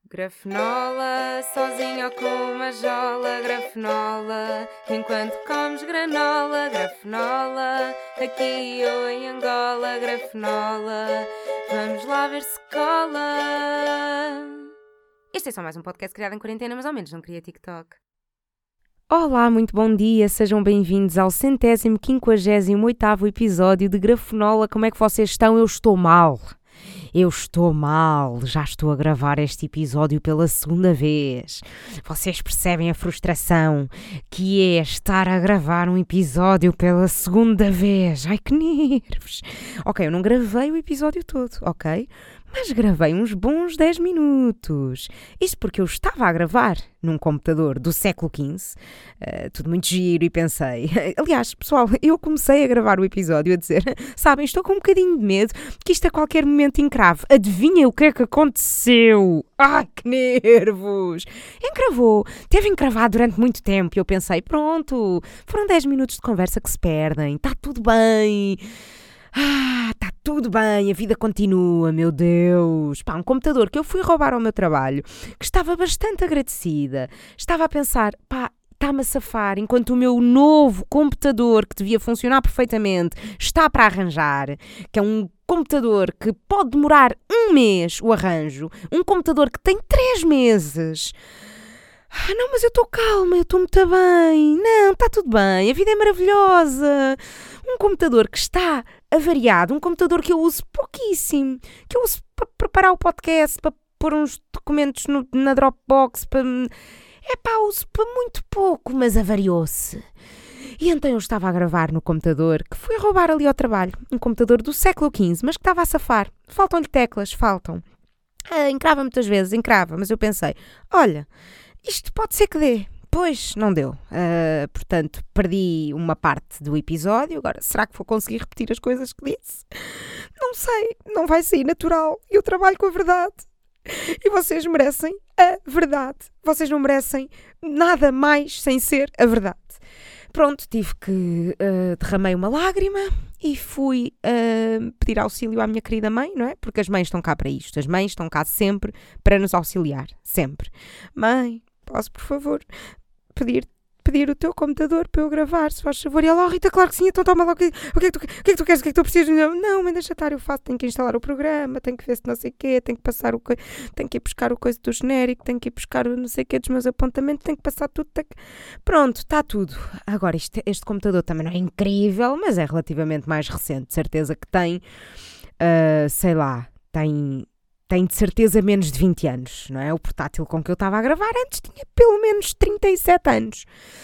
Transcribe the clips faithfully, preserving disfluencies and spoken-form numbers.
Grafenola, sozinho ou com uma jola, grafenola, enquanto comes granola, grafenola, aqui ou em Angola, grafenola, vamos lá ver se cola. Este é só mais um podcast criado em quarentena, mas ao menos não queria TikTok. Olá, muito bom dia, sejam bem-vindos ao centésimo, quinquagésimo oitavo episódio de Grafenola. Como é que vocês estão? Eu estou mal. Eu estou mal, já estou a gravar este episódio pela segunda vez. Vocês percebem a frustração que é estar a gravar um episódio pela segunda vez? Ai, que nervos! Ok, eu não gravei o episódio todo, ok? Mas gravei uns bons dez minutos. Isto porque eu estava a gravar num computador do século quinze, uh, tudo muito giro, e pensei... Aliás, pessoal, eu comecei a gravar o episódio a dizer, sabem, estou com um bocadinho de medo que isto a qualquer momento encrave. Adivinha o que é que aconteceu? Ai, que nervos! Encravou. Teve encravado durante muito tempo e eu pensei, pronto, foram dez minutos de conversa que se perdem, está tudo bem... Ah, está tudo bem, a vida continua, meu Deus. Pá, um computador que eu fui roubar ao meu trabalho, que estava bastante agradecida, estava a pensar, pá, está-me a safar, enquanto o meu novo computador, que devia funcionar perfeitamente, está para arranjar, que é um computador que pode demorar um mês o arranjo, um computador que tem três meses... Ah, não, mas eu estou calma, eu estou muito bem. Não, está tudo bem, a vida é maravilhosa. Um computador que está avariado, um computador que eu uso pouquíssimo, que eu uso para preparar o podcast, para pôr uns documentos no, na Dropbox, para... É pá, uso para muito pouco, mas avariou-se. E então eu estava a gravar no computador que fui roubar ali ao trabalho, um computador do século quinze, mas que estava a safar. Faltam-lhe teclas, faltam. Ah, encrava muitas vezes, encrava, mas eu pensei, olha... Isto pode ser que dê. Pois, não deu. Uh, portanto, perdi uma parte do episódio. Agora, será que vou conseguir repetir as coisas que disse? Não sei. Não vai sair natural. Eu trabalho com a verdade. E vocês merecem a verdade. Vocês não merecem nada mais sem ser a verdade. Pronto, tive que... Uh, derramei uma lágrima e fui uh, pedir auxílio à minha querida mãe, não é? Porque as mães estão cá para isto. As mães estão cá sempre para nos auxiliar. Sempre. Mãe... Posso, por favor, pedir, pedir o teu computador para eu gravar, se faz favor? E ela, oh, Rita, claro que sim, então toma lá. O que, o que é que tu, o que é que tu queres? O que é que tu precisas? Não, mas deixa estar, eu faço, tenho que instalar o programa, tenho que ver se não sei o quê, tenho que passar o tenho que ir buscar o coisa do genérico, tenho que ir buscar o não sei o quê dos meus apontamentos, tenho que passar tudo. Tenho que... Pronto, está tudo. Agora, este, este computador também não é incrível, mas é relativamente mais recente, de certeza que tem, uh, sei lá, tem... Tem de certeza menos de vinte anos, não é? O portátil com que eu estava a gravar antes tinha pelo menos trinta e sete anos.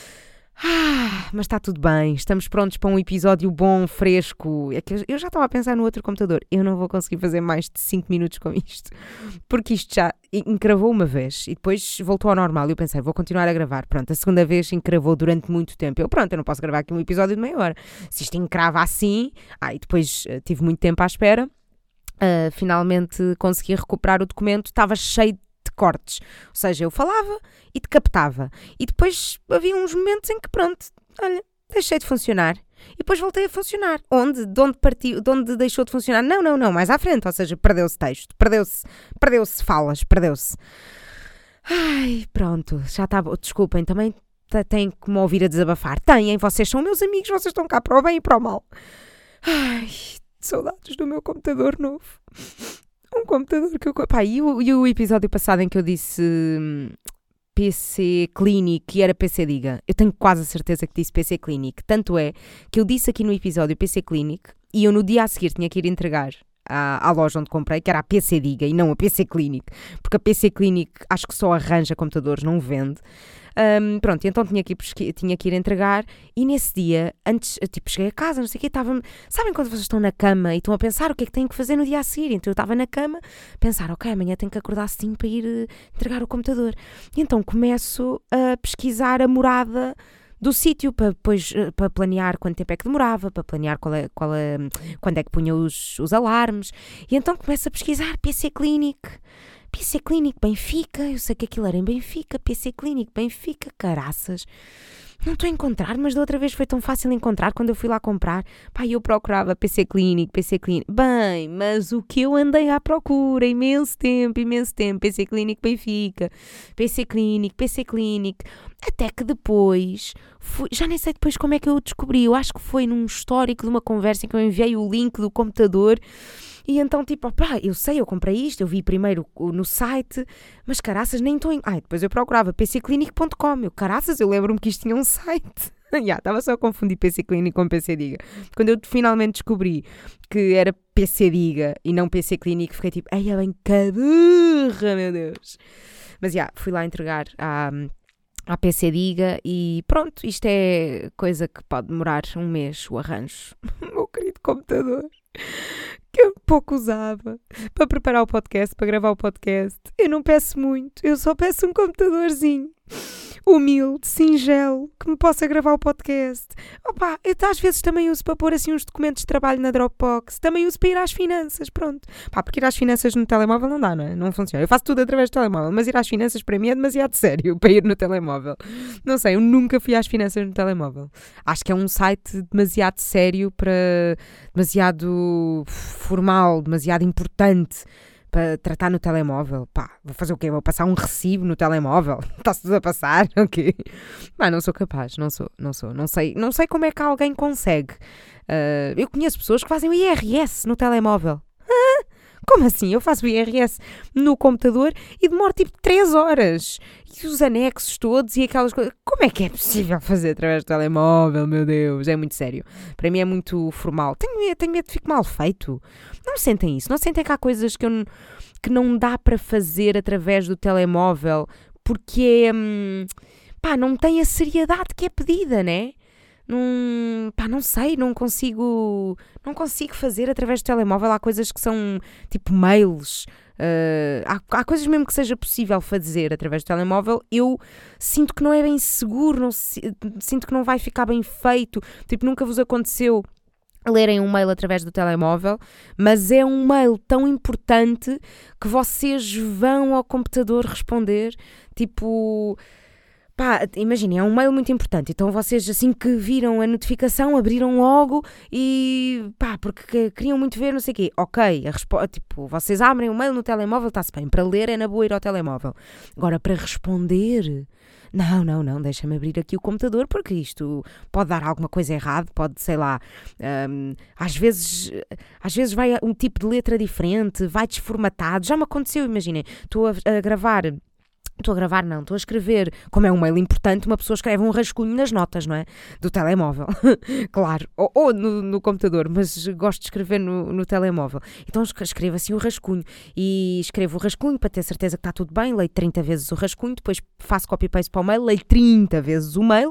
Ah, mas está tudo bem, estamos prontos para um episódio bom, fresco. É que eu já estava a pensar no outro computador. Eu não vou conseguir fazer mais de cinco minutos com isto. Porque isto já encravou uma vez e depois voltou ao normal. Eu pensei, vou continuar a gravar. Pronto, a segunda vez encravou durante muito tempo. Eu, pronto, eu não posso gravar aqui um episódio de meia hora. Se isto encrava assim... Ah, e depois uh, tive muito tempo à espera. Uh, finalmente consegui recuperar o documento, estava cheio de cortes, ou seja, eu falava e decapitava, e depois havia uns momentos em que pronto, olha, deixei de funcionar, e depois voltei a funcionar. Onde? De onde partiu, de onde deixou de funcionar? Não, não, não, mais à frente, ou seja, perdeu-se texto, perdeu-se, perdeu-se falas, perdeu-se. Ai, pronto, já está, desculpem, também têm que me ouvir a desabafar. Têm, vocês são meus amigos, vocês estão cá para o bem e para o mal. Ai... Saudades do meu computador novo. Um computador que eu... Pá, e o, e o episódio passado em que eu disse hum, P C Clinic e era P C Diga? Eu tenho quase a certeza que disse P C Clinic. Tanto é que eu disse aqui no episódio P C Clinic e eu no dia a seguir tinha que ir entregar à, à loja onde comprei, que era a P C Diga e não a P C Clinic. Porque a P C Clinic acho que só arranja computadores, não vende. Um, pronto, então tinha que, ir, tinha que ir entregar e nesse dia, antes, tipo, cheguei a casa, não sei o quê, estava, sabem quando vocês estão na cama e estão a pensar o que é que têm que fazer no dia a seguir? Então eu estava na cama a pensar, ok, amanhã tenho que acordar cedo para ir uh, entregar o computador. E então começo a pesquisar a morada do sítio para depois uh, para planear quanto tempo é que demorava, para planear qual é, qual é, quando é que punha os, os alarmes. E então começo a pesquisar P C Clinic. P C Clinic Benfica, eu sei que aquilo era em Benfica, P C Clinic Benfica, caraças. não estou a encontrar, mas da outra vez foi tão fácil encontrar quando eu fui lá comprar. Pá, eu procurava P C Clínico, P C Clínico. Bem, mas o que eu andei à procura imenso tempo, imenso tempo. P C Clínico Benfica, P C Clínico, P C Clínico. Até que depois, fui, já nem sei depois como é que eu descobri. Eu acho que foi num histórico de uma conversa em que eu enviei o link do computador. E então, tipo, pá, eu sei, eu comprei isto, eu vi primeiro no site, mas caraças, nem estou em... Ai, depois eu procurava p c clinic ponto com, eu, caraças, eu lembro-me que isto tinha um site. Já, estava só a confundir P C Clínico com P C Diga. Quando eu finalmente descobri que era P C Diga e não P C Clínico, fiquei tipo, ai, é bem caburra, meu Deus. Mas já, fui lá entregar à, à P C Diga e pronto, isto é coisa que pode demorar um mês, o arranjo. Meu querido computador, que eu pouco usava para preparar o podcast, para gravar o podcast. Eu não peço muito, eu só peço um computadorzinho humilde, singelo, que me possa gravar o podcast. Opa, eu às vezes também uso para pôr assim uns documentos de trabalho na Dropbox, também uso para ir às finanças, pronto. Pá, porque ir às finanças no telemóvel não dá, não é? Não funciona. Eu faço tudo através do telemóvel, mas ir às finanças para mim é demasiado sério para ir no telemóvel. Não sei, eu nunca fui às finanças no telemóvel. Acho que é um site demasiado sério para... demasiado formal, demasiado importante para tratar no telemóvel. Pá, vou fazer o quê? Vou passar um recibo no telemóvel? Está-se tudo a passar? O quê? Pá, não sou capaz, não sou, não sou. Não sei, não sei como é que alguém consegue. Uh, eu conheço pessoas que fazem o I R S no telemóvel. Hã? Como assim? Eu faço o I R S no computador e demoro tipo três horas. E os anexos todos e aquelas coisas. Como é que é possível fazer através do telemóvel? Meu Deus, é muito sério. Para mim é muito formal. Tenho medo, tenho medo de ficar mal feito. Não sentem isso. Não sentem que há coisas que, eu, que não dá para fazer através do telemóvel porque é... Hum, pá, não tem a seriedade que é pedida, né? Não, pá, não sei, não consigo não consigo fazer através do telemóvel. Há coisas que são tipo mails, uh, há, há coisas mesmo que seja possível fazer através do telemóvel. Eu sinto que não é bem seguro, não, sinto que não vai ficar bem feito. Tipo, nunca vos aconteceu lerem um mail através do telemóvel, mas é um mail tão importante que vocês vão ao computador responder, tipo... Pá, imaginem, é um mail muito importante, então vocês assim que viram a notificação, abriram logo e pá, porque queriam muito ver não sei o quê. Ok, a respo- tipo, vocês abrem o mail no telemóvel, está-se bem, para ler é na boa ir ao telemóvel. Agora, para responder, não, não, não, deixa-me abrir aqui o computador porque isto pode dar alguma coisa errada, pode, sei lá, hum, às vezes, às vezes vai um tipo de letra diferente, vai desformatado, já me aconteceu, imaginem, estou a, a gravar... Estou a gravar, não, estou a escrever, como é um mail importante, uma pessoa escreve um rascunho nas notas, não é? Do telemóvel, claro, ou, ou no, no computador, mas gosto de escrever no, no telemóvel. Então escrevo assim o rascunho e escrevo o rascunho para ter certeza que está tudo bem, leio trinta vezes o rascunho, depois faço copy-paste para o mail, leio trinta vezes o mail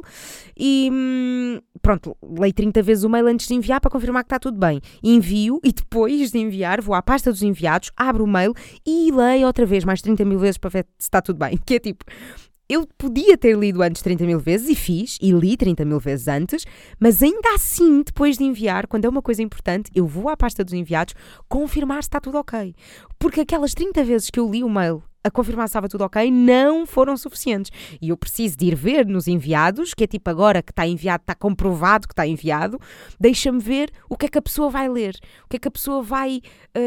e hum, pronto, leio trinta vezes o mail antes de enviar para confirmar que está tudo bem. Envio e depois de enviar vou à pasta dos enviados, abro o mail e leio outra vez mais trinta mil vezes para ver se está tudo bem. Que é tipo, eu podia ter lido antes trinta mil vezes e fiz, e li trinta mil vezes antes, mas ainda assim, depois de enviar, quando é uma coisa importante, eu vou à pasta dos enviados confirmar se está tudo ok. Porque aquelas trinta vezes que eu li o mail a confirmar se estava tudo ok, não foram suficientes. E eu preciso de ir ver nos enviados, que é tipo agora que está enviado, está comprovado que está enviado, deixa-me ver o que é que a pessoa vai ler, o que é que a pessoa vai...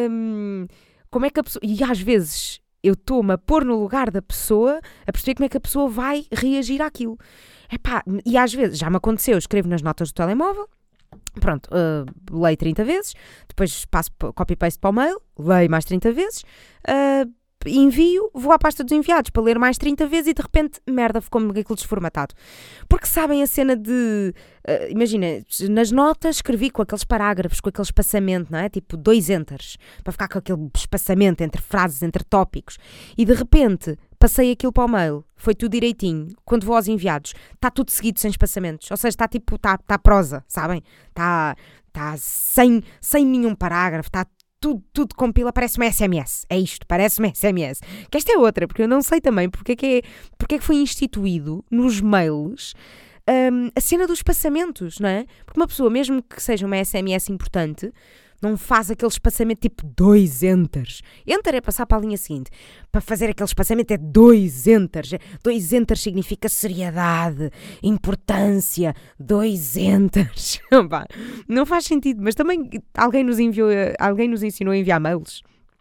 Hum, como é que a pessoa... E às vezes... eu estou-me a pôr no lugar da pessoa, a perceber como é que a pessoa vai reagir àquilo. Epá, e às vezes, já me aconteceu, eu escrevo nas notas do telemóvel, pronto, uh, leio trinta vezes, depois passo copy-paste para o mail, leio mais trinta vezes, uh, envio, vou à pasta dos enviados para ler mais trinta vezes e de repente, merda, ficou-me aquilo desformatado. Porque sabem a cena de... Uh, imagina, nas notas escrevi com aqueles parágrafos, com aquele espaçamento, não é? Tipo dois enters, para ficar com aquele espaçamento entre frases, entre tópicos. E de repente, passei aquilo para o mail, foi tudo direitinho. Quando vou aos enviados, está tudo seguido sem espaçamentos. Ou seja, está tipo, está tá prosa, sabem? Está tá sem, sem nenhum parágrafo, está tudo, tudo compila, parece uma S M S. É isto, parece uma S M S. Que esta é outra, porque eu não sei também porque é que, é, porque é que foi instituído nos mails um, a cena dos espaçamentos, não é? Porque uma pessoa, mesmo que seja uma S M S importante, não faz aquele espaçamento tipo dois enters. Enter é passar para a linha seguinte. Para fazer aquele espaçamento é dois enters. Dois enters significa seriedade, importância. Dois enters. Não faz sentido, mas também alguém nos enviou, alguém nos ensinou a enviar mails.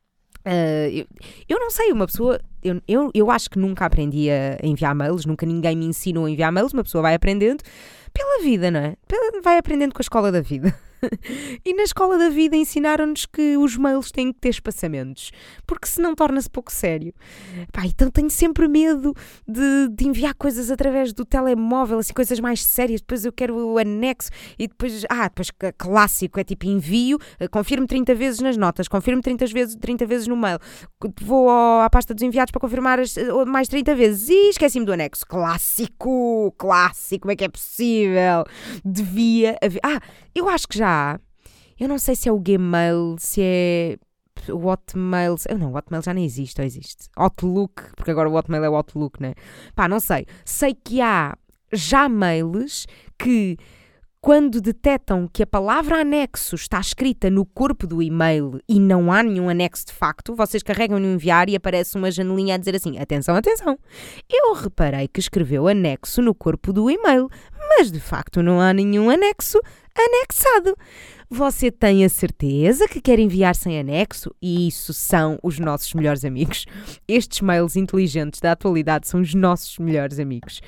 Uh, eu, eu não sei, uma pessoa, eu, eu, eu acho que nunca aprendi a enviar mails, nunca ninguém me ensinou a enviar mails, uma pessoa vai aprendendo pela vida, não é? Pela, vai aprendendo com a escola da vida. E na escola da vida ensinaram-nos que os mails têm que ter espaçamentos, porque senão torna-se pouco sério. Pá, então tenho sempre medo de, de enviar coisas através do telemóvel, assim, coisas mais sérias, depois eu quero o anexo e depois, ah, depois clássico, é tipo envio, confirmo trinta vezes nas notas, confirmo trinta vezes, trinta vezes no mail, vou ao, à pasta dos enviados para confirmar as, mais trinta vezes e esqueci-me do anexo. Clássico, clássico, como é que é possível? Devia haver... Ah, eu acho que já há, eu não sei se é o Gmail, se é o Hotmail, eu não, o Hotmail já nem existe, ou existe? Outlook, porque agora o Hotmail é o Outlook, né? Pá, não sei. Sei que há já mails que, quando detectam que a palavra anexo está escrita no corpo do e-mail e não há nenhum anexo de facto, vocês carregam no enviar e aparece uma janelinha a dizer assim, atenção, atenção, eu reparei que escreveu anexo no corpo do e-mail, mas de facto não há nenhum anexo anexado. Você tem a certeza que quer enviar sem anexo? E isso são os nossos melhores amigos. Estes mails inteligentes da atualidade são os nossos melhores amigos.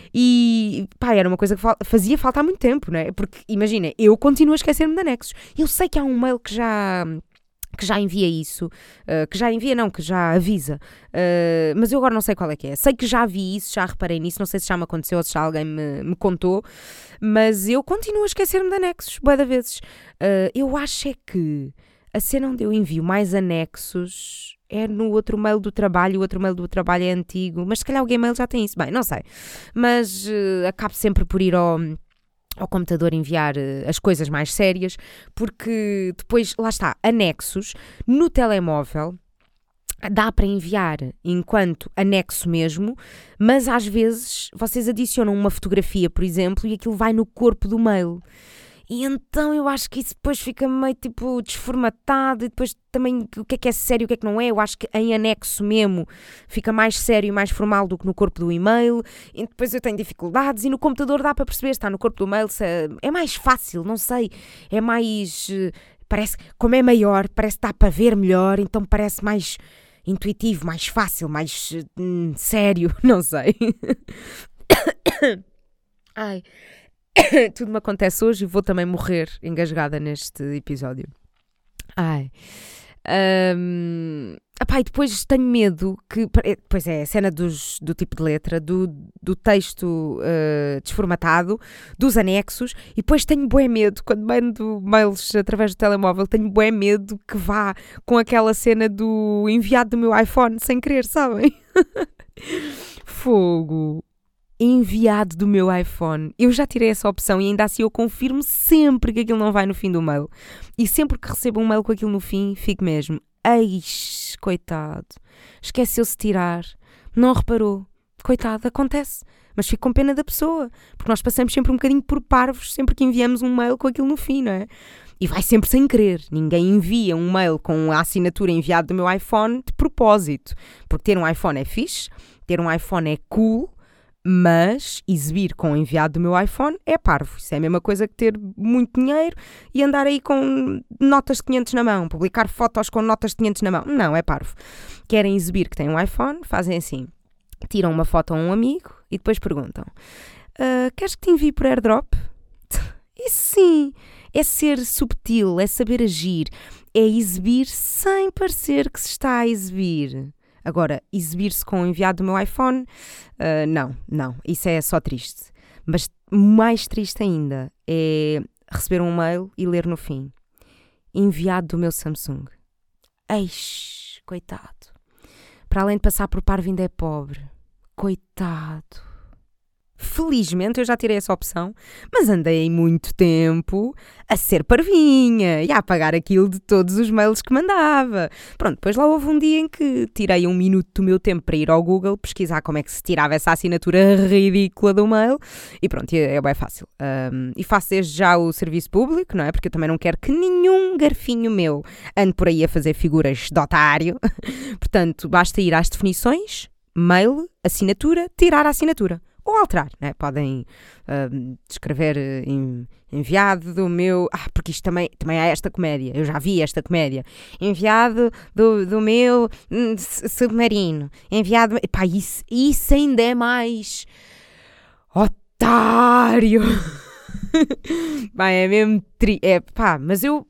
E, pá, era uma coisa que fazia falta há muito tempo, não é? Porque, imagina, eu continuo a esquecer-me de anexos. Eu sei que há um mail que já... que já envia isso, uh, que já envia não, que já avisa, uh, mas eu agora não sei qual é que é. Sei que já vi isso, já reparei nisso, não sei se já me aconteceu ou se já alguém me, me contou, mas eu continuo a esquecer-me de anexos, bué de vezes. Uh, eu acho é que a cena onde eu envio mais anexos é no outro mail do trabalho, o outro mail do trabalho é antigo, mas se calhar o Gmail já tem isso, bem, não sei, mas uh, acabo sempre por ir ao... ao computador enviar uh, as coisas mais sérias, porque depois, lá está, anexos no telemóvel dá para enviar enquanto anexo mesmo, mas às vezes vocês adicionam uma fotografia, por exemplo, e aquilo vai no corpo do mail. E então eu acho que isso depois fica meio tipo desformatado e depois também o que é que é sério e o que é que não é. Eu acho que em anexo mesmo fica mais sério e mais formal do que no corpo do e-mail e depois eu tenho dificuldades e no computador dá para perceber se está no corpo do e-mail, se é, é mais fácil, não sei, é mais, parece, como é maior, parece que dá para ver melhor, então parece mais intuitivo, mais fácil, mais hum, sério, não sei. Ai... Tudo me acontece hoje e vou também morrer engasgada neste episódio. Ai. Um, apá, e depois tenho medo que... Pois é, a cena dos, do tipo de letra, do, do texto uh, desformatado, dos anexos, e depois tenho bué medo, quando mando mails através do telemóvel, tenho bué medo que vá com aquela cena do enviado do meu iPhone sem querer, sabem? Fogo. Enviado do meu iPhone. Eu já tirei essa opção e ainda assim eu confirmo sempre que aquilo não vai no fim do mail. E sempre que recebo um mail com aquilo no fim, fico mesmo, eis, coitado, esqueceu-se de tirar, não reparou. Coitado, acontece. Mas fico com pena da pessoa, porque nós passamos sempre um bocadinho por parvos sempre que enviamos um mail com aquilo no fim, não é? E vai sempre sem querer. Ninguém envia um mail com a assinatura enviado do meu iPhone de propósito. Porque ter um iPhone é fixe, ter um iPhone é cool, mas exibir com o enviado do meu iPhone é parvo. Isso é a mesma coisa que ter muito dinheiro e andar aí com notas de quinhentos na mão, publicar fotos com notas de quinhentos na mão. Não, é parvo. Querem exibir que têm um iPhone, fazem assim, tiram uma foto a um amigo e depois perguntam, uh, queres que te envie por airdrop? Isso sim, é ser subtil, é saber agir, é exibir sem parecer que se está a exibir. Agora, exibir-se com o enviado do meu iPhone, uh, não, não, isso é só triste. Mas mais triste ainda é receber um mail e ler no fim. Enviado do meu Samsung. Eis, coitado. Para além de passar por parvo ainda é pobre. Coitado. Felizmente eu já tirei essa opção, mas andei muito tempo a ser parvinha e a apagar aquilo de todos os mails que mandava. Pronto, depois lá houve um dia em que tirei um minuto do meu tempo para ir ao Google pesquisar como é que se tirava essa assinatura ridícula do mail e pronto, é, é bem fácil. Um, e faço desde já o serviço público, não é? Porque eu também não quero que nenhum garfinho meu ande por aí a fazer figuras de otário. Portanto, basta ir às definições, mail, assinatura, tirar a assinatura. Ou alterar, né? Podem uh, escrever em, enviado do meu... Ah, porque isto também, também há esta comédia. Eu já vi esta comédia. Enviado do, do meu hum, submarino. Enviado... Pá, isso, isso ainda é mais... Otário! Pá, é mesmo... Tri... É, pá, mas eu...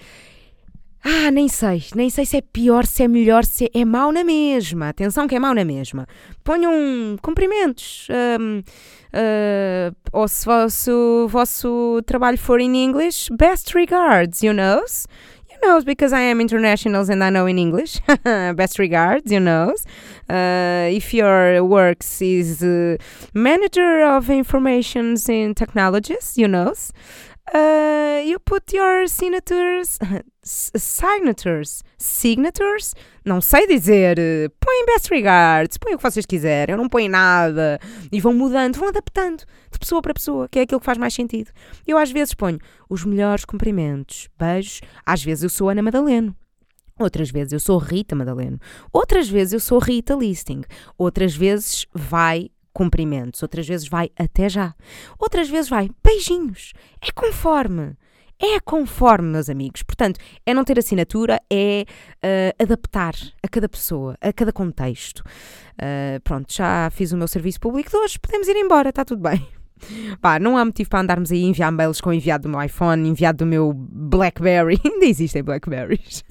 Ah, nem sei, nem sei se é pior, se é melhor, se é, é mau na mesma. Atenção que é mau na mesma. Ponham cumprimentos. Um, uh, ou se vosso, vosso trabalho for in English, best regards, you knows? You knows, because I am international and I know in English. Best regards, you knows. Uh, if your works is uh, manager of informations in technologies, you knows. Uh, you put your signatures, signatures, signatures, não sei dizer, põem best regards, põem o que vocês quiserem, eu não ponho nada, e vão mudando, vão adaptando de pessoa para pessoa, que é aquilo que faz mais sentido. Eu às vezes ponho os melhores cumprimentos, beijos, às vezes eu sou Ana Madaleno. Outras vezes eu sou Rita Madaleno, outras vezes eu sou Rita Listing, outras vezes vai cumprimentos, outras vezes vai até já, outras vezes vai beijinhos, é conforme, é conforme, meus amigos. Portanto, é não ter assinatura, é uh, adaptar a cada pessoa, a cada contexto. Uh, pronto, já fiz o meu serviço público de hoje, podemos ir embora, está tudo bem. Pá, não há motivo para andarmos aí a enviar mails com enviado do meu iPhone, enviado do meu BlackBerry, ainda existem Blackberries.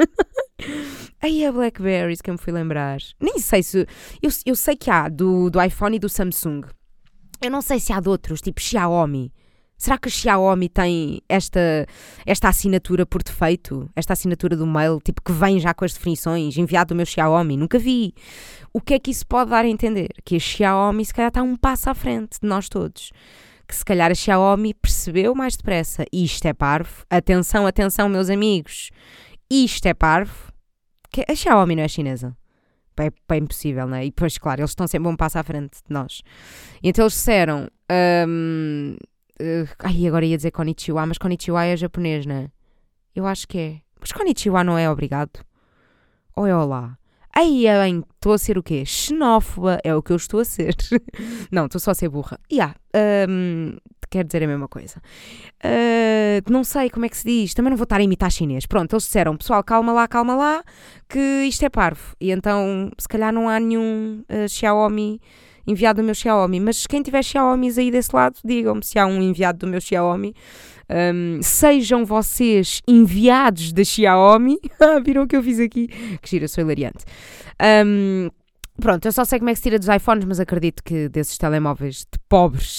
Aí a Blackberries que eu me fui lembrar. Nem sei se... Eu, eu sei que há do, do iPhone e do Samsung. Eu não sei se há de outros, tipo Xiaomi. Será que a Xiaomi tem esta, esta assinatura por defeito? Esta assinatura do mail, tipo que vem já com as definições, enviado do meu Xiaomi? Nunca vi. O que é que isso pode dar a entender? Que a Xiaomi se calhar está um passo à frente de nós todos. Que se calhar a Xiaomi percebeu mais depressa. Isto é parvo. Atenção, atenção, meus amigos. Isto é parvo. Que a Xiaomi não é chinesa. É, é impossível, não é? E depois, claro, eles estão sempre um passo à frente de nós. E então eles disseram... Um, uh, ai, agora ia dizer konnichiwa, mas konnichiwa é japonês, não é? Eu acho que é. Mas konnichiwa não é obrigado? Ou é olá? Ai, bem, estou a ser o quê? Xenófoba, é o que eu estou a ser. Não, estou só a ser burra. Yeah, um, quer dizer a mesma coisa. Uh, não sei como é que se diz, também não vou estar a imitar chinês. Pronto, eles disseram, pessoal, calma lá, calma lá, que isto é parvo. E então, se calhar não há nenhum uh, Xiaomi enviado do meu Xiaomi. Mas quem tiver Xiaomis aí desse lado, digam-me se há um enviado do meu Xiaomi. Um, sejam vocês enviados da Xiaomi. Viram o que eu fiz aqui? Que gira, sou hilariante. Um, pronto, eu só sei como é que se tira dos iPhones, mas acredito que desses telemóveis de pobres...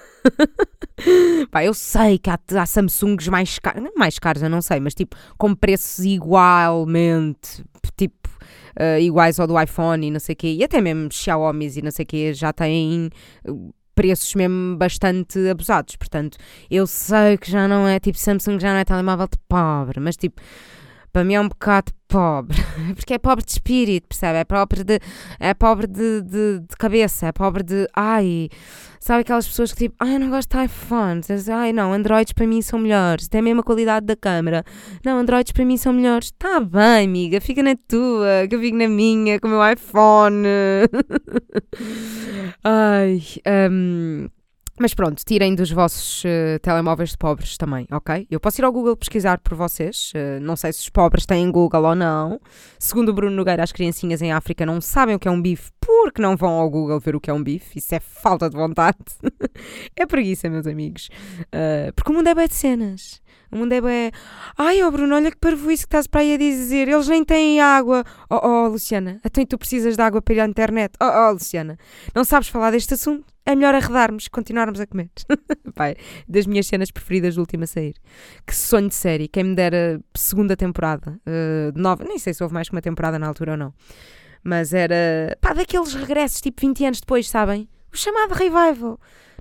Pá, eu sei que há, há Samsungs mais caros, mais caros eu não sei, mas tipo com preços igualmente tipo uh, iguais ao do iPhone e não sei o quê, e até mesmo Xiaomi e não sei o quê já têm preços mesmo bastante abusados. Portanto, eu sei que já não é tipo Samsung, já não é telemóvel de pobre, mas tipo para mim é um bocado pobre, porque é pobre de espírito, percebe? É pobre de, é pobre de, de, de cabeça, é pobre de, ai, sabe aquelas pessoas que tipo, ai, eu não gosto de iPhones, ai não, Androids para mim são melhores, tem a mesma qualidade da câmera, não, Androids para mim são melhores, tá bem amiga, fica na tua, que eu fico na minha, com o meu iPhone. Ai, um... Mas pronto, tirem dos vossos uh, telemóveis de pobres também, ok? Eu posso ir ao Google pesquisar por vocês, uh, não sei se os pobres têm Google ou não. Segundo o Bruno Nogueira, as criancinhas em África não sabem o que é um bife porque não vão ao Google ver o que é um bife. Isso é falta de vontade. É preguiça, meus amigos. Uh, porque o mundo é bem de cenas. O mundo é bem... Ai, oh Bruno, olha que parvoíce que estás para aí a dizer. Eles nem têm água. Oh, oh, Luciana, até tu precisas de água para ir à internet. Oh, oh, Luciana, não sabes falar deste assunto? É melhor arredarmos e continuarmos a comer. Pai, das minhas cenas preferidas do último a sair. Que sonho de série. Quem me dera segunda temporada. Uh, nova. Nem sei se houve mais que uma temporada na altura ou não. Mas era... Pá, daqueles regressos tipo vinte anos depois, sabem? O chamado revival.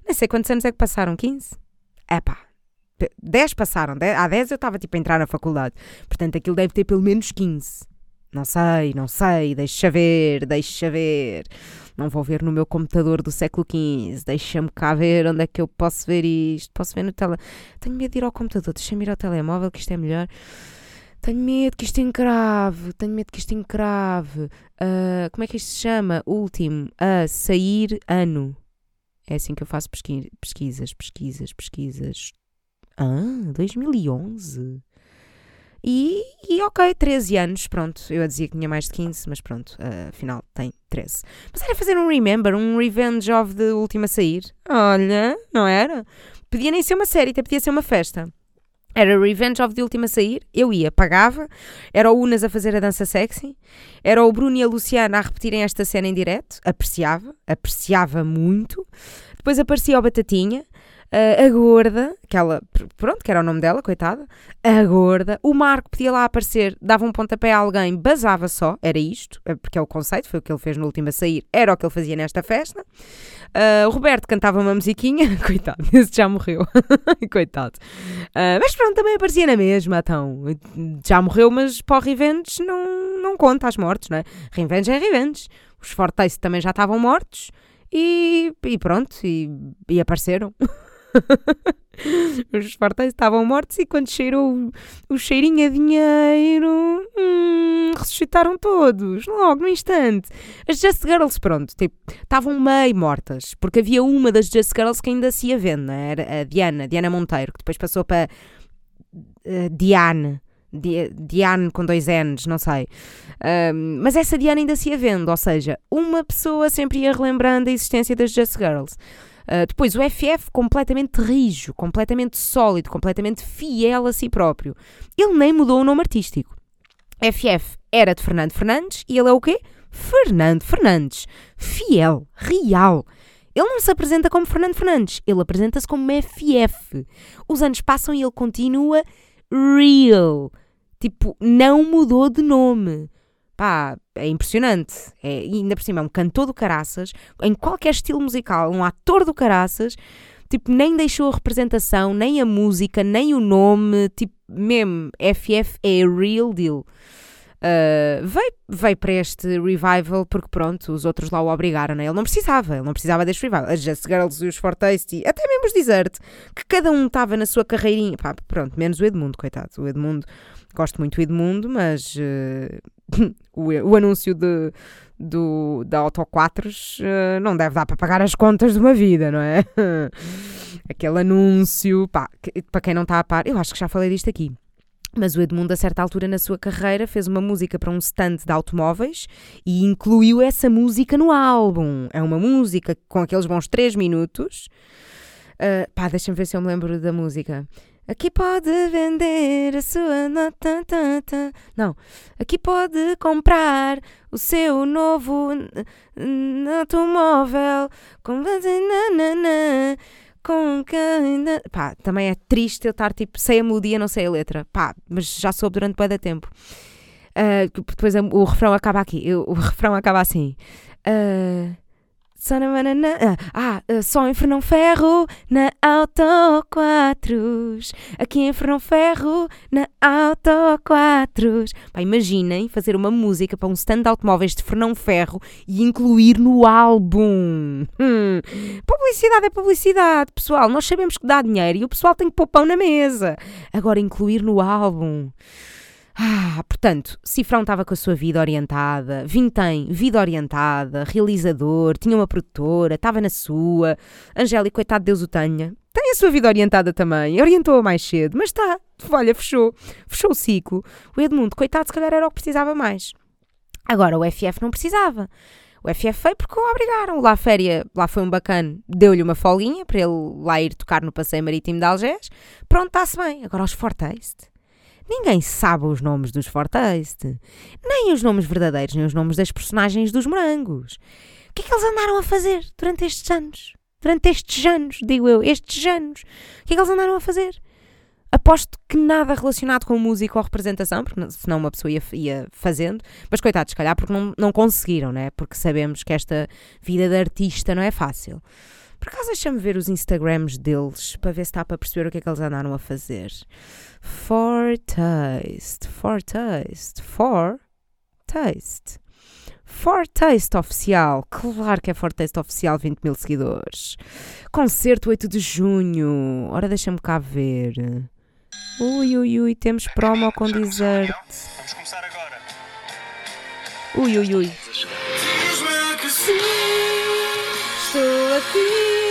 Nem sei quantos anos é que passaram, quinze? É pá, dez passaram, dez, há dez eu estava tipo a entrar na faculdade, portanto aquilo deve ter pelo menos quinze. Não sei, não sei, deixa ver, deixa ver. Não vou ver no meu computador do século quinze, deixa-me cá ver onde é que eu posso ver isto. Posso ver no tele... Tenho medo de ir ao computador, deixa-me ir ao telemóvel que isto é melhor. Tenho medo que isto encrave, tenho medo que isto encrave. Uh, como é que isto se chama? Último, a sair ano. É assim que eu faço pesqui... pesquisas, pesquisas, pesquisas. Ah, dois mil e onze. E, e ok, treze anos, pronto. Eu a dizia que tinha mais de quinze, mas pronto, uh, afinal tem treze. Mas era fazer um Remember, um Revenge of the Última a Sair. Olha, não era? Podia nem ser uma série, até podia ser uma festa. Era Revenge of the Última a Sair, eu ia, pagava. Era o Unas a fazer a dança sexy. Era o Bruno e a Luciana a repetirem esta cena em direto. Apreciava, apreciava muito. Depois aparecia o Batatinha. Uh, a Gorda, aquela, pronto, que era o nome dela, coitada, a Gorda, o Marco podia lá aparecer, dava um pontapé a alguém, basava só, era isto, porque é o conceito, foi o que ele fez no Último a Sair, era o que ele fazia nesta festa. Uh, o Roberto cantava uma musiquinha, coitado, esse já morreu, coitado. Uh, mas pronto, também aparecia na mesma, então, já morreu, mas para o Revenge não, não conta as mortes, não é? Revenge é Revenge, os Fortace também já estavam mortos e, e pronto, e, e apareceram. Os Fortace estavam mortos e quando cheirou o, o cheirinho a dinheiro, hum, ressuscitaram todos, logo no instante. As Just Girls, pronto, tipo, estavam meio mortas, porque havia uma das Just Girls que ainda se ia vendo, né? Era a Diana, Diana Monteiro, que depois passou para uh, Diane, Di, Diane com dois N's, não sei. Um, mas essa Diana ainda se ia vendo, ou seja, uma pessoa sempre ia relembrando a existência das Just Girls. Uh, depois o F F completamente rijo, completamente sólido, completamente fiel a si próprio. Ele nem mudou o nome artístico. F F era de Fernando Fernandes e ele é o quê? Fernando Fernandes. Fiel, real. Ele não se apresenta como Fernando Fernandes, ele apresenta-se como F F. Os anos passam e ele continua real. Tipo, não mudou de nome. Pá, é impressionante. É, e ainda por cima é um cantor do caraças, em qualquer estilo musical, um ator do caraças, tipo, nem deixou a representação, nem a música, nem o nome, tipo, mesmo, F F é real deal. Uh, veio, veio para este revival porque pronto, os outros lá o obrigaram, né? Ele não precisava, ele não precisava deste revival. As Just Girls e os Fortace e até mesmo os Desert, que cada um estava na sua carreirinha, pá, pronto, menos o Edmundo, coitado. O Edmundo, gosto muito do Edmundo, mas uh, o, o anúncio de, do, da Auto quatro uh, não deve dar para pagar as contas de uma vida, não é? Aquele anúncio, pá, que, para quem não está a par, eu acho que já falei disto aqui. Mas o Edmundo, a certa altura na sua carreira, fez uma música para um stand de automóveis e incluiu essa música no álbum. É uma música com aqueles bons três minutos. Uh, pá, deixa-me ver se eu me lembro da música. Aqui pode vender a sua nota. Não. Aqui pode comprar o seu novo automóvel. Com... Com que ainda... Pá, também é triste eu estar tipo, sei a melodia, não sei a letra. Pá, mas já soube durante bué de tempo. Uh, depois o refrão acaba aqui. Eu, o refrão acaba assim. Uh, só na banana... Ah, uh, só em Fernão Ferro, na Auto quatro. Aqui em Fernão Ferro, na Auto quatro. Pá, imaginem fazer uma música para um stand de automóveis de Fernão Ferro e incluir no álbum. Hum. Publicidade é publicidade, pessoal. Nós sabemos que dá dinheiro e o pessoal tem que pôr pão na mesa. Agora, incluir no álbum... Ah, portanto, Cifrão estava com a sua vida orientada, Vintém, vida orientada, realizador, tinha uma produtora, estava na sua, Angélica, coitado, Deus o tenha, tem a sua vida orientada também, orientou-a mais cedo, mas está, olha, fechou, fechou o ciclo. O Edmundo, coitado, se calhar era o que precisava mais. Agora, o F F não precisava. O F F foi porque o obrigaram. Lá a féria, lá foi um bacana, deu-lhe uma folguinha para ele lá ir tocar no Passeio Marítimo de Algés. Pronto, está-se bem. Agora os Fortace. Ninguém sabe os nomes dos Fortace. Nem os nomes verdadeiros, nem os nomes das personagens dos morangos. O que é que eles andaram a fazer durante estes anos? Durante estes anos, digo eu, estes anos. O que é que eles andaram a fazer? Aposto que nada relacionado com música ou representação, porque senão uma pessoa ia, ia fazendo. Mas coitados, se calhar porque não, não conseguiram, né? Porque sabemos que esta vida de artista não é fácil. Por acaso deixa-me ver os Instagrams deles para ver se está para perceber o que é que eles andaram a fazer. For Taste, For Taste, For Taste. For Taste Oficial, claro que é For Taste Oficial, vinte mil seguidores. Concerto oito de junho, ora deixa-me cá ver. Ui, ui, ui, temos promo com Desert. Vamos começar agora. Ui, ui, ui. Diz-me que sim. Estou aqui.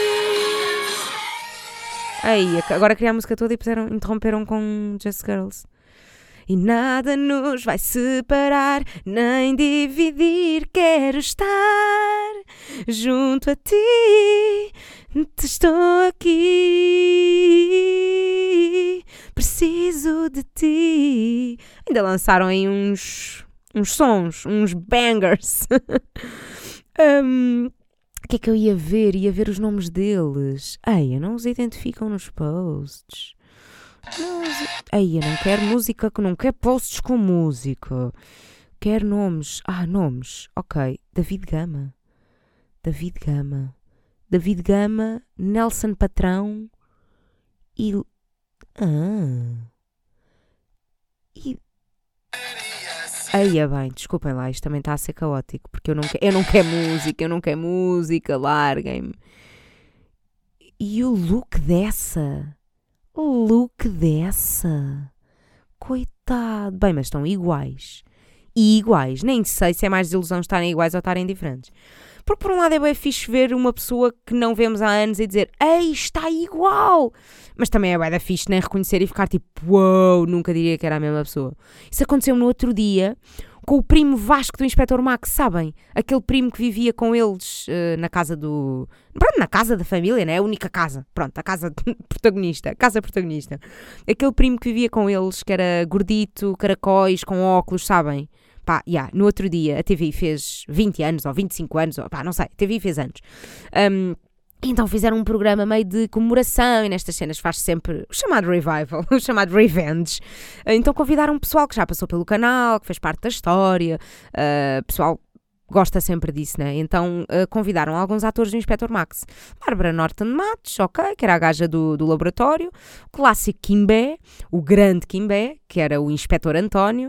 Aí, agora criar a música toda e puseram, interromperam com Just Girls. E nada nos vai separar, nem dividir. Quero estar junto a ti. Estou aqui. Preciso de ti. Ainda lançaram aí uns, uns sons, uns bangers. um, O que é que eu ia ver? Ia ver os nomes deles. Ei, não os identificam nos posts. Não os... Ei, eu não quero música, não quero posts com música. Quero nomes. Ah, nomes. Ok. David Gama. David Gama. David Gama, Nelson Patrão e... Ah... E... Aí é bem, desculpem lá, isto também está a ser caótico, porque eu não, que, eu não quero música, eu não quero música, larguem-me. E o look dessa, o look dessa, coitado. Bem, mas estão iguais, e iguais, nem sei se é mais desilusão estarem iguais ou estarem diferentes. Porque por um lado é bem fixe ver uma pessoa que não vemos há anos e dizer, ei, está igual. Mas também é bem fixe nem reconhecer e ficar tipo, uau, wow, nunca diria que era a mesma pessoa. Isso aconteceu no outro dia com o primo Vasco do Inspector Max, sabem? Aquele primo que vivia com eles uh, na casa do... Pronto, na casa da família, né? A única casa. Pronto, a casa protagonista. A casa protagonista. Aquele primo que vivia com eles, que era gordito, caracóis, com óculos, sabem? Pá, yeah, no outro dia a T V I fez vinte anos ou vinte e cinco anos, ou, pá, não sei, a T V I fez anos. Um, então fizeram um programa meio de comemoração e nestas cenas faz sempre o chamado revival, o chamado revenge. Então convidaram um pessoal que já passou pelo canal, que fez parte da história, uh, pessoal gosta sempre disso, né? Então uh, convidaram alguns atores do Inspector Max. Bárbara Norton de Matos, ok, que era a gaja do, do laboratório, o clássico Quimbé, o grande Quimbé, que era o Inspetor António,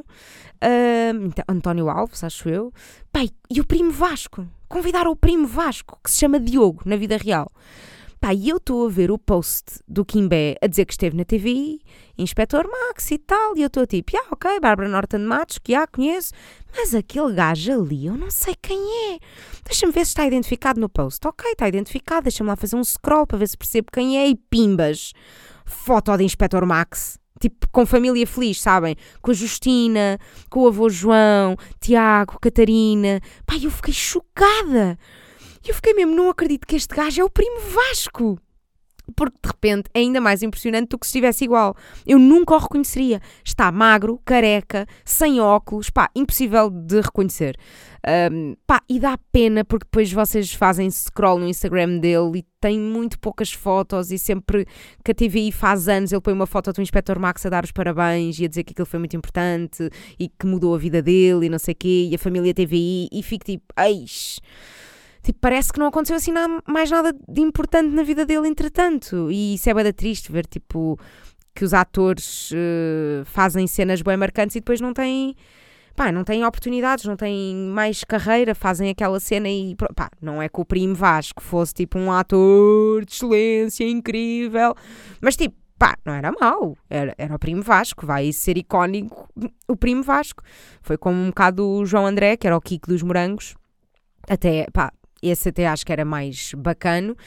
Uh, António Alves, acho eu. Pai, e o primo Vasco. Convidaram o primo Vasco, que se chama Diogo, na vida real. Pai, e eu estou a ver o post do Quimbé a dizer que esteve na T V I, Inspector Max e tal, e eu estou tipo, ah, ok, Bárbara Norton de Matos, que já conheço, mas aquele gajo ali, eu não sei quem é. Deixa-me ver se está identificado no post. Ok, está identificado, deixa-me lá fazer um scroll para ver se percebo quem é, e pimbas. Foto de Inspector Max. Tipo, com família feliz, sabem? Com a Justina, com o avô João, Tiago, Catarina. Pai, eu fiquei chocada. Eu fiquei mesmo, não acredito que este gajo é o primo Vasco. Porque, de repente, é ainda mais impressionante do que se estivesse igual. Eu nunca o reconheceria. Está magro, careca, sem óculos. Pá, impossível de reconhecer. Um, pá, e dá pena porque depois vocês fazem scroll no Instagram dele e tem muito poucas fotos e sempre que a T V I faz anos ele põe uma foto do Inspector Max a dar os parabéns e a dizer que aquilo foi muito importante e que mudou a vida dele e não sei o quê, e a família T V I, e fico tipo, eis... Tipo, parece que não aconteceu assim nada, mais nada de importante na vida dele, entretanto. E isso é bué da triste, ver, tipo, que os atores uh, fazem cenas bem marcantes e depois não têm, pá, não têm oportunidades, não têm mais carreira, fazem aquela cena e, pá, não é que o primo Vasco fosse, tipo, um ator de excelência, incrível, mas, tipo, pá, não era mau, era, era o primo Vasco, vai ser icónico o primo Vasco. Foi como um bocado o João André, que era o Kiko dos Morangos, até, pá, esse até acho que era mais bacano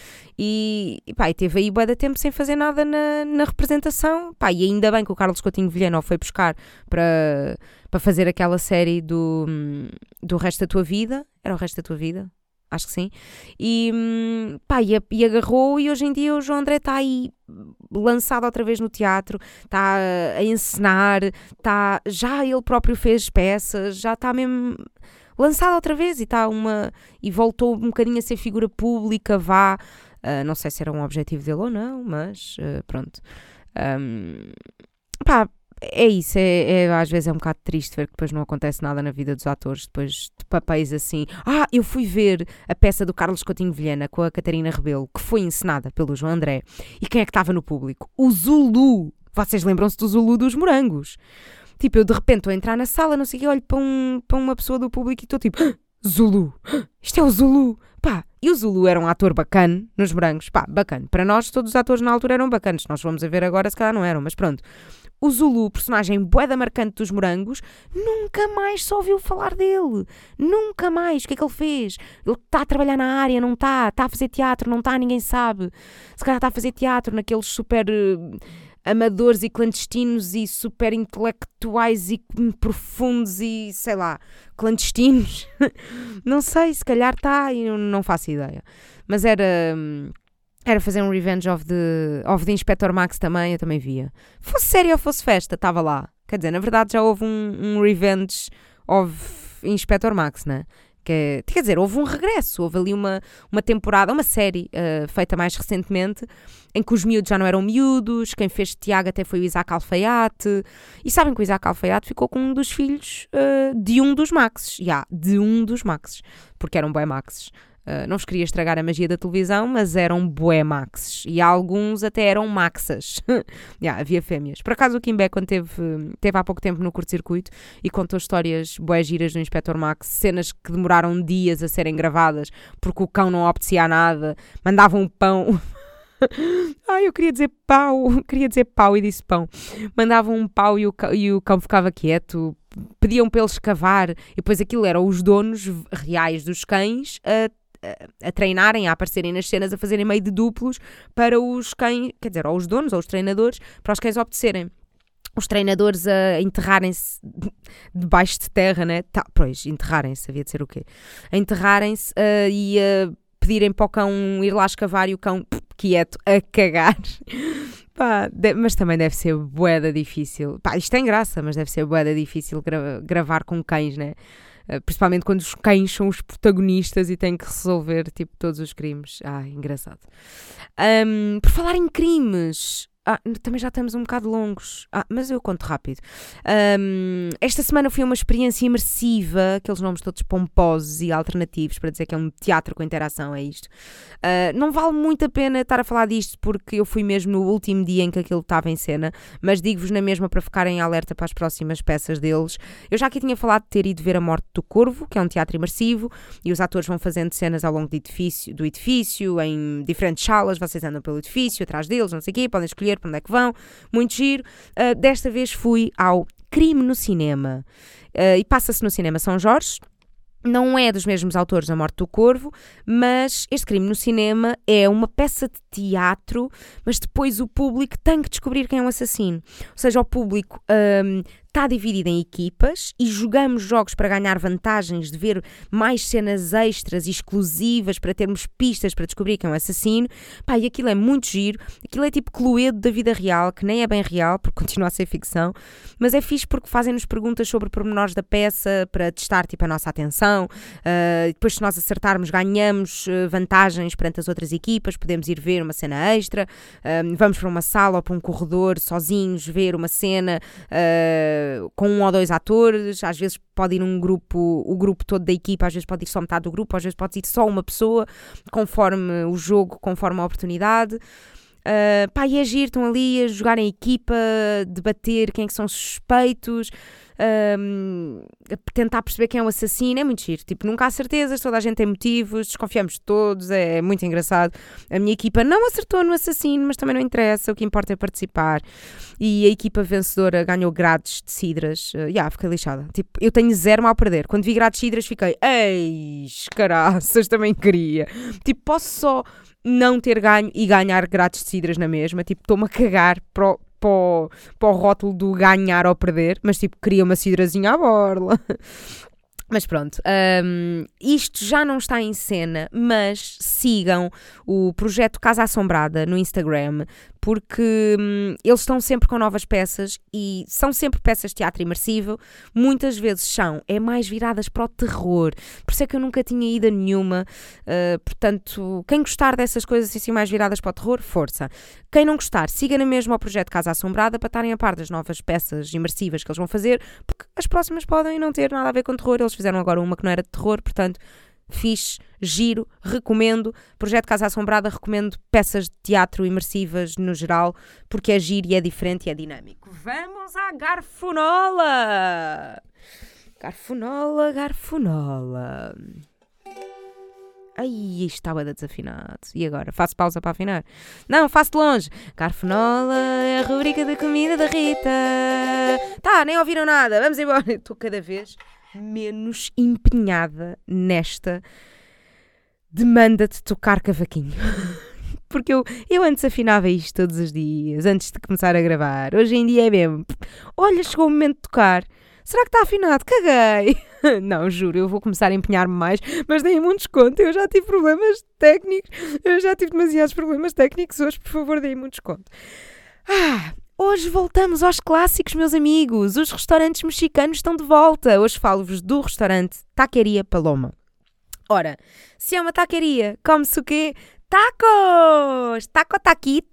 e, e pá, e teve aí bué de tempo sem fazer nada na, na representação, pá, e ainda bem que o Carlos Coutinho Vilhena foi buscar para, para fazer aquela série do, do Resto da Tua Vida, era o Resto da Tua Vida? Acho que sim, e, pá, e, e agarrou, e hoje em dia o João André está aí lançado outra vez no teatro, está a encenar, está, já ele próprio fez peças, já está mesmo... lançado outra vez e está uma... e voltou um bocadinho a ser figura pública, vá, uh, não sei se era um objetivo dele ou não, mas uh, pronto. Um, pá, é isso, é, é, às vezes é um bocado triste ver que depois não acontece nada na vida dos atores depois, papéis assim. Ah, eu fui ver a peça do Carlos Coutinho Vilhena com a Catarina Rebelo, que foi encenada pelo João André. E quem é que estava no público? O Zulu. Vocês lembram-se do Zulu dos Morangos? Tipo, eu de repente estou a entrar na sala, não sei o que, olho para, um, para uma pessoa do público e estou tipo, ah, Zulu, isto é o Zulu. Pá, e o Zulu era um ator bacana nos Morangos. Pá, bacana. Para nós, todos os atores na altura eram bacanas. Se nós fomos a ver agora, se calhar não eram, mas pronto. O Zulu, personagem bué da marcante dos Morangos, nunca mais se ouviu falar dele. Nunca mais. O que é que ele fez? Ele está a trabalhar na área, não está? Está a fazer teatro, não está? Ninguém sabe. Se calhar está a fazer teatro naqueles super uh, amadores e clandestinos e super intelectuais e profundos e, sei lá, clandestinos. Não sei, se calhar está, eu não faço ideia. Mas era... Hum, Era fazer um Revenge of the, of the Inspector Max também, eu também via. Fosse série ou fosse festa, estava lá. Quer dizer, na verdade já houve um, um Revenge of Inspector Max, né? Que é, quer dizer, houve um regresso, houve ali uma, uma temporada, uma série uh, feita mais recentemente, em que os miúdos já não eram miúdos, quem fez Tiago até foi o Isaac Alfaiate, e sabem que o Isaac Alfaiate ficou com um dos filhos uh, de um dos Maxes, já, yeah, de um dos Maxes, porque eram bué Maxes. Uh, não vos queria estragar a magia da televisão, mas eram bué maxes. E alguns até eram maxas. yeah, havia fêmeas. Por acaso o Kim Beck, quando teve, teve há pouco tempo no curto-circuito e contou histórias bué giras do Inspector Max, cenas que demoraram dias a serem gravadas porque o cão não obedecia a nada, mandavam um pão... Ai, eu queria dizer pau, queria dizer pau e disse pão. Mandavam um pau e o cão, e o cão ficava quieto, pediam para ele escavar, e depois aquilo eram os donos reais dos cães a a treinarem, a aparecerem nas cenas, a fazerem meio de duplos para os cães, quer dizer, ou os donos ou os treinadores, para os cães obedecerem. Os treinadores a enterrarem-se debaixo de terra, né? Tá, pois, enterrarem-se, havia de ser o quê? A enterrarem-se uh, e a pedirem para o cão ir lá escavar e o cão pff, quieto, a cagar. Pá, de, mas também deve ser bué da difícil. Pá, isto tem graça, mas deve ser bué da difícil gra- gravar com cães, né? Principalmente quando os cães são os protagonistas e têm que resolver tipo todos os crimes. Ah, engraçado. Um, por falar em crimes, ah, também já estamos um bocado longos. Ah, mas eu conto rápido. Um, esta semana foi uma experiência imersiva, aqueles nomes todos pomposos e alternativos para dizer que é um teatro com interação, é isto. Uh, não vale muito a pena estar a falar disto porque eu fui mesmo no último dia em que aquilo estava em cena, mas digo-vos na mesma para ficarem em alerta para as próximas peças deles. Eu já aqui tinha falado de ter ido ver A Morte do Corvo, que é um teatro imersivo, e os atores vão fazendo cenas ao longo do edifício, do edifício em diferentes salas, vocês andam pelo edifício, atrás deles, não sei o quê, podem escolher para onde é que vão, muito giro. Uh, desta vez fui ao Crime no Cinema, uh, e passa-se no Cinema São Jorge. Não é dos mesmos autores da Morte do Corvo, mas este Crime no Cinema é uma peça de teatro, mas depois o público tem que descobrir quem é o assassino. Ou seja, o público um, está dividido em equipas e jogamos jogos para ganhar vantagens de ver mais cenas extras e exclusivas para termos pistas para descobrir quem é o assassino. Pá, e aquilo é muito giro. Aquilo é tipo Cluedo da vida real, que nem é bem real, porque continua a ser ficção, mas é fixe porque fazem-nos perguntas sobre pormenores da peça para testar tipo a nossa atenção. Uh, depois, se nós acertarmos, ganhamos uh, vantagens perante as outras equipas, podemos ir ver uma cena extra, uh, vamos para uma sala ou para um corredor sozinhos ver uma cena uh, com um ou dois atores, às vezes pode ir um grupo, o grupo todo da equipa, às vezes pode ir só metade do grupo, às vezes pode ir só uma pessoa, conforme o jogo, conforme a oportunidade. Uh, pá, e agir, estão ali a jogar em equipa, debater quem é que são os suspeitos, um, tentar perceber quem é o assassino. É muito giro, tipo, nunca há certezas, toda a gente tem motivos, desconfiamos de todos, é, é muito engraçado. A minha equipa não acertou no assassino, mas também não interessa, o que importa é participar. E a equipa vencedora ganhou grades de cidras. uh, yeah, fiquei lixada, tipo, eu tenho zero mal a perder. Quando vi grades de cidras fiquei, ei, caraças, também queria, tipo, posso só não ter ganho e ganhar grátis de cidras na mesma, tipo, estou-me a cagar para o, para, o, para o rótulo do ganhar ou perder, mas tipo, queria uma cidrazinha à borla. Mas pronto, um, isto já não está em cena, mas sigam o projeto Casa Assombrada no Instagram, porque hum, eles estão sempre com novas peças e são sempre peças de teatro imersivo, muitas vezes são, é mais viradas para o terror, por isso é que eu nunca tinha ido a nenhuma, uh, portanto, quem gostar dessas coisas assim mais viradas para o terror, força. Quem não gostar, siga na mesma o projeto Casa Assombrada para estarem a par das novas peças imersivas que eles vão fazer, porque as próximas podem não ter nada a ver com terror, eles fizeram agora uma que não era de terror, portanto, fixe, giro, recomendo. Projeto Casa Assombrada, recomendo peças de teatro imersivas no geral, porque é giro e é diferente e é dinâmico. Vamos à garfonola! Garfonola, garfonola. Ai, isto estava desafinado. E agora? Faço pausa para afinar? Não, faço de longe. Garfonola é a rubrica da comida da Rita. Tá, nem ouviram nada. Vamos embora. Estou cada vez menos empenhada nesta demanda de tocar cavaquinho. Porque eu, eu antes afinava isto todos os dias, antes de começar a gravar. Hoje em dia é mesmo. Olha, chegou o momento de tocar. Será que está afinado? Caguei! Não, juro, eu vou começar a empenhar-me mais, mas deem-me um desconto. Eu já tive problemas técnicos, eu já tive demasiados problemas técnicos hoje, por favor, deem-me um desconto. Ah, hoje voltamos aos clássicos, meus amigos. Os restaurantes mexicanos estão de volta. Hoje falo-vos do restaurante Taqueria Paloma. Ora, se é uma taqueria, come-se o quê? Tacos! Taco taquito!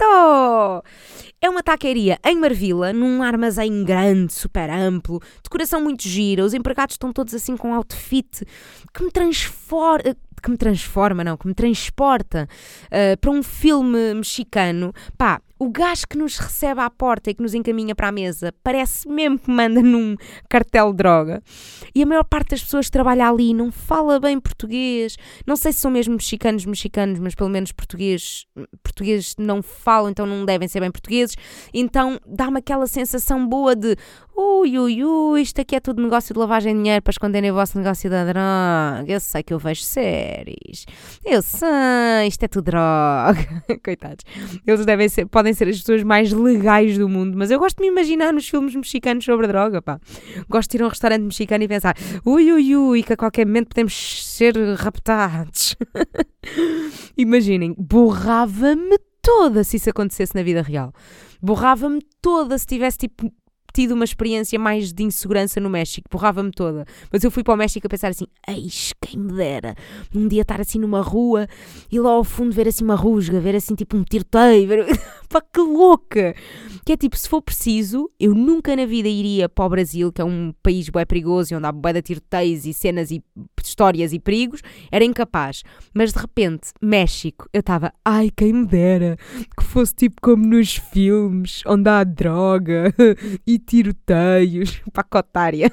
É uma taqueria em Marvila, num armazém grande, super amplo, decoração muito gira, os empregados estão todos assim com outfit que me transforma, que me transforma, não, que me transporta uh, para um filme mexicano. Pá, o gajo que nos recebe à porta e que nos encaminha para a mesa parece mesmo que manda num cartel de droga. E a maior parte das pessoas que trabalha ali não fala bem português. Não sei se são mesmo mexicanos mexicanos, mas pelo menos português, português não falam, então não devem ser bem portugueses. Então dá-me aquela sensação boa de ui, ui, ui, isto aqui é tudo negócio de lavagem de dinheiro para esconderem o vosso negócio da droga. Eu sei que eu vejo séries. Eu sei, isto é tudo droga. Coitados. Eles devem ser, podem ser as pessoas mais legais do mundo, mas eu gosto de me imaginar nos filmes mexicanos sobre droga, pá. Gosto de ir a um restaurante mexicano e pensar ui, ui, ui, que a qualquer momento podemos ser raptados. Imaginem, borrava-me toda se isso acontecesse na vida real. Borrava-me toda se tivesse tipo tido uma experiência mais de insegurança no México, borrava-me toda. Mas eu fui para o México a pensar assim, eis, quem me dera um dia estar assim numa rua e lá ao fundo ver assim uma rusga, ver assim tipo um tiroteio, ver... pá, que louca! Que é tipo, se for preciso, eu nunca na vida iria para o Brasil, que é um país bué perigoso e onde há bué de tiroteios e cenas e histórias e perigos, era incapaz. Mas de repente, México, eu estava, ai, quem me dera que fosse tipo como nos filmes, onde há droga e tiroteios, pacotária.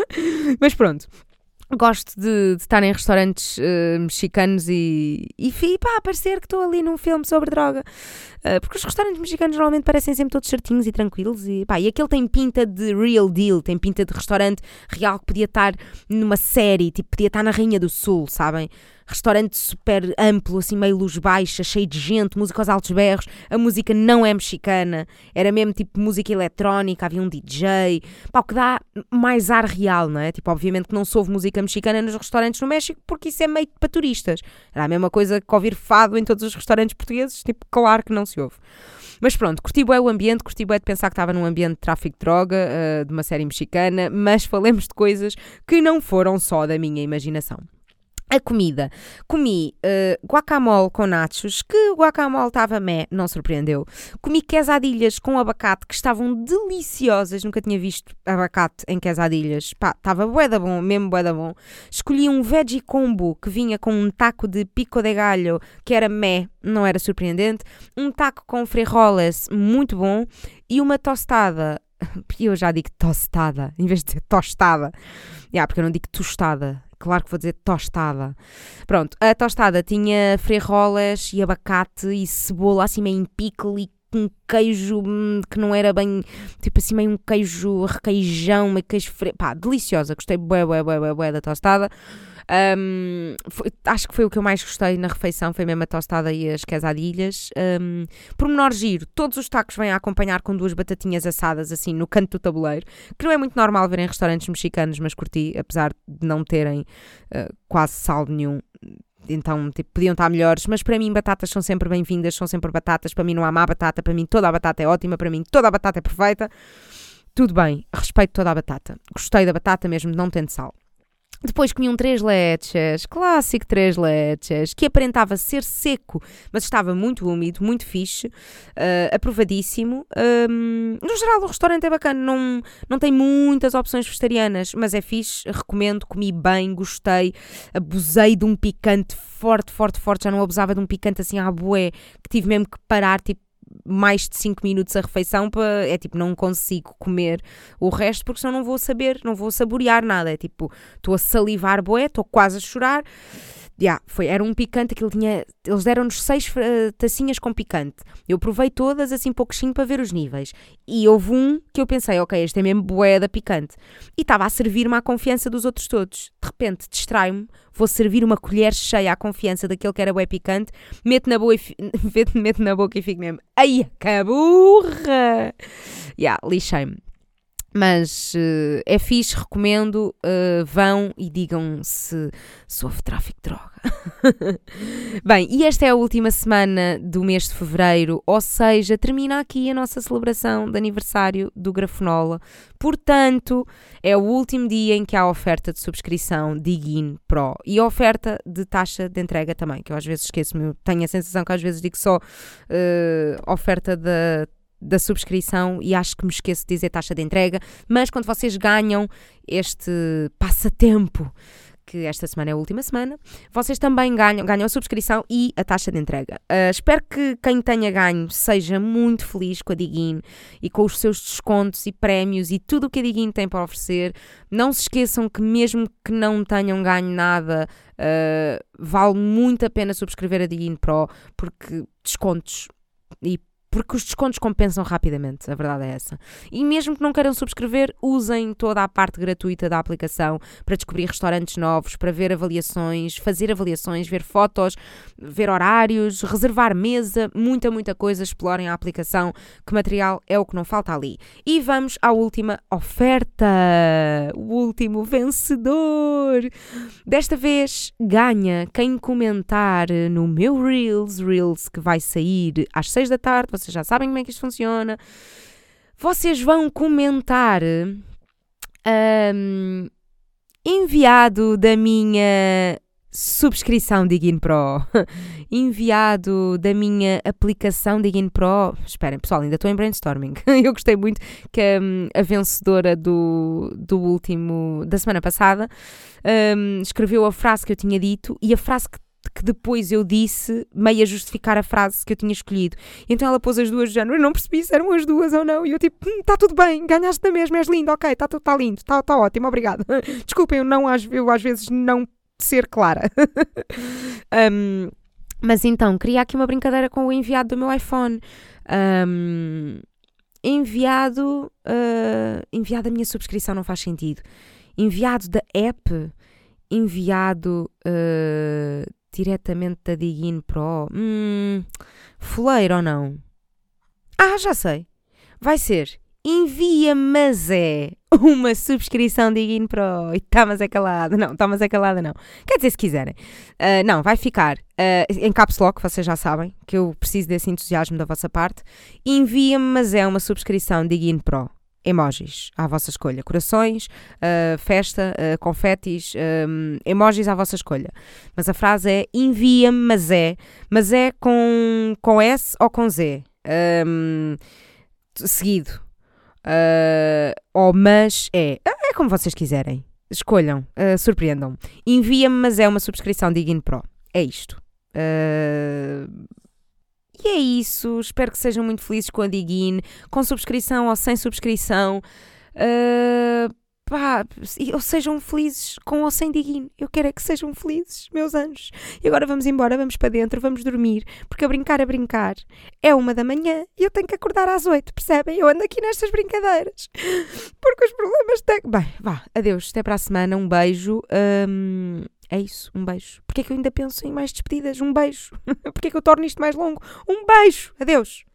Mas pronto, gosto de, de estar em restaurantes uh, mexicanos e, e, e pá, parecer que estou ali num filme sobre droga. Uh, porque os restaurantes mexicanos normalmente parecem sempre todos certinhos e tranquilos e, pá, e aquele tem pinta de real deal, tem pinta de restaurante real que podia estar numa série, tipo, podia estar na Rainha do Sul, sabem? Restaurante super amplo, assim meio luz baixa, cheio de gente, música aos altos berros. A música não é mexicana, era mesmo tipo música eletrónica, havia um D J, pá, o que dá mais ar real, não é? Tipo, obviamente que não se ouve música mexicana nos restaurantes no México porque isso é meio para turistas. Era a mesma coisa que ouvir fado em todos os restaurantes portugueses, tipo, claro que não se ouve. Mas pronto, curti bué o ambiente, curti bué de pensar que estava num ambiente de tráfico de droga, uh, de uma série mexicana, mas falemos de coisas que não foram só da minha imaginação. A comida. Comi uh, guacamole com nachos, que o guacamole estava meh, não surpreendeu. Comi quesadilhas com abacate, que estavam deliciosas. Nunca tinha visto abacate em quesadilhas. Pá, estava bué da bom, mesmo bué da bom. Escolhi um veggie combo, que vinha com um taco de pico de galho, que era meh, não era surpreendente. Um taco com frijoles, muito bom. E uma tostada. Eu já digo tostada, em vez de dizer tostada. Yeah, porque eu não digo tostada. Claro que vou dizer tostada. Pronto, a tostada tinha frijoles e abacate e cebola assim meio em pickle e um queijo que não era bem, tipo assim meio um queijo requeijão, meio queijo fresco. Pá, deliciosa, gostei bué, bué, bué, bué, bué da tostada. Um, foi, acho que foi o que eu mais gostei na refeição, foi mesmo a tostada e as quesadilhas. Um, pormenor giro, todos os tacos vêm a acompanhar com duas batatinhas assadas assim no canto do tabuleiro, que não é muito normal ver em restaurantes mexicanos, mas curti, apesar de não terem uh, quase sal nenhum. então tipo, podiam estar melhores, mas para mim batatas são sempre bem-vindas, são sempre batatas, para mim não há má batata, para mim toda a batata é ótima, para mim toda a batata é perfeita, tudo bem, respeito toda a batata, gostei da batata mesmo não tendo sal. Depois comi um três leches, clássico três leches, que aparentava ser seco, mas estava muito úmido, muito fixe, uh, aprovadíssimo. Um, no geral o restaurante é bacana, não, não tem muitas opções vegetarianas, mas é fixe, recomendo, comi bem, gostei, abusei de um picante forte, forte, forte, já não abusava de um picante assim à bué, que tive mesmo que parar, tipo, mais de cinco minutos a refeição, para, é tipo, não consigo comer o resto porque senão não vou saber, não vou saborear nada, é tipo, estou a salivar bué, estou quase a chorar. Yeah, foi, era um picante, aquilo tinha, eles deram-nos seis uh, tacinhas com picante, eu provei todas assim pouquinho para ver os níveis, e houve um que eu pensei, ok, este é mesmo bué da picante, e estava a servir-me à confiança dos outros todos, de repente distrai-me, vou servir uma colher cheia à confiança daquele que era bué picante, meto na, boa e fi... meto na boca e fico mesmo, ai, que burra! Yeah, lixei-me. Mas uh, é fixe, recomendo, uh, vão e digam se, se houve tráfico de droga. Bem, e esta é a última semana do mês de fevereiro, ou seja, termina aqui a nossa celebração de aniversário do Grafenola. Portanto, é o último dia em que há a oferta de subscrição Digin Pro e a oferta de taxa de entrega também, que eu às vezes esqueço-me, eu tenho a sensação que às vezes digo só uh, oferta da da subscrição e acho que me esqueço de dizer taxa de entrega, mas quando vocês ganham este passatempo, que esta semana é a última semana, vocês também ganham, ganham a subscrição e a taxa de entrega. Uh, espero que quem tenha ganho seja muito feliz com a Digin e com os seus descontos e prémios e tudo o que a Digin tem para oferecer. Não se esqueçam que mesmo que não tenham ganho nada, uh, vale muito a pena subscrever a Digin Pro, porque descontos e porque os descontos compensam rapidamente, a verdade é essa. E mesmo que não queiram subscrever, usem toda a parte gratuita da aplicação para descobrir restaurantes novos, para ver avaliações, fazer avaliações, ver fotos, ver horários, reservar mesa, muita, muita coisa. Explorem a aplicação, que material é o que não falta ali. E vamos à última oferta, o último vencedor. Desta vez ganha quem comentar no meu Reels, Reels que vai sair às seis da tarde, vocês já sabem como é que isto funciona. Vocês vão comentar um, enviado da minha subscrição Digin Pro, enviado da minha aplicação Digin Pro. Esperem, pessoal, ainda estou em brainstorming. Eu gostei muito que um, a vencedora do, do último, da semana passada, um, escreveu a frase que eu tinha dito e a frase que que depois eu disse, meio a justificar a frase que eu tinha escolhido. Então ela pôs as duas de género, eu não percebi se eram as duas ou não, e eu tipo, está hum, tudo bem, ganhaste da mesma, és lindo, ok, está tá lindo, está tá ótimo, obrigado. Desculpem, eu, não, eu às vezes não ser clara. um, mas então, queria aqui uma brincadeira com o enviado do meu iPhone. Um, enviado, uh, enviado a minha subscrição não faz sentido. Enviado da app, enviado... Uh, diretamente da Digin Pro. Hum, foleiro ou não? Ah, já sei. Vai ser envia, mas é uma subscrição Digin Pro. E tá, mas é calada. Não, tá, mas é calada não. Quer dizer, se quiserem. Uh, não, vai ficar uh, em caps lock, vocês já sabem que eu preciso desse entusiasmo da vossa parte. Envia-me, mas é uma subscrição Digin Pro. Emojis à vossa escolha, corações, uh, festa, uh, confetis, um, emojis à vossa escolha, mas a frase é envia-me, mas é mas é com, com S ou com Z, um, seguido, uh, ou mas é, é como vocês quiserem, escolham, uh, surpreendam-me. Envia-me, mas é uma subscrição Digin Pro, é isto. Uh, E é isso, espero que sejam muito felizes com a Digin, com subscrição ou sem subscrição, uh, pá, ou sejam felizes com ou sem Digin. Eu quero é que sejam felizes, meus anjos. E agora vamos embora, vamos para dentro, vamos dormir, porque a brincar, a brincar, é uma da manhã e eu tenho que acordar às oito, percebem? Eu ando aqui nestas brincadeiras, porque os problemas têm... Bem, vá, adeus, até para a semana, um beijo... Um... É isso, um beijo. Porquê é que eu ainda penso em mais despedidas? Um beijo. Porquê é que eu torno isto mais longo? Um beijo. Adeus.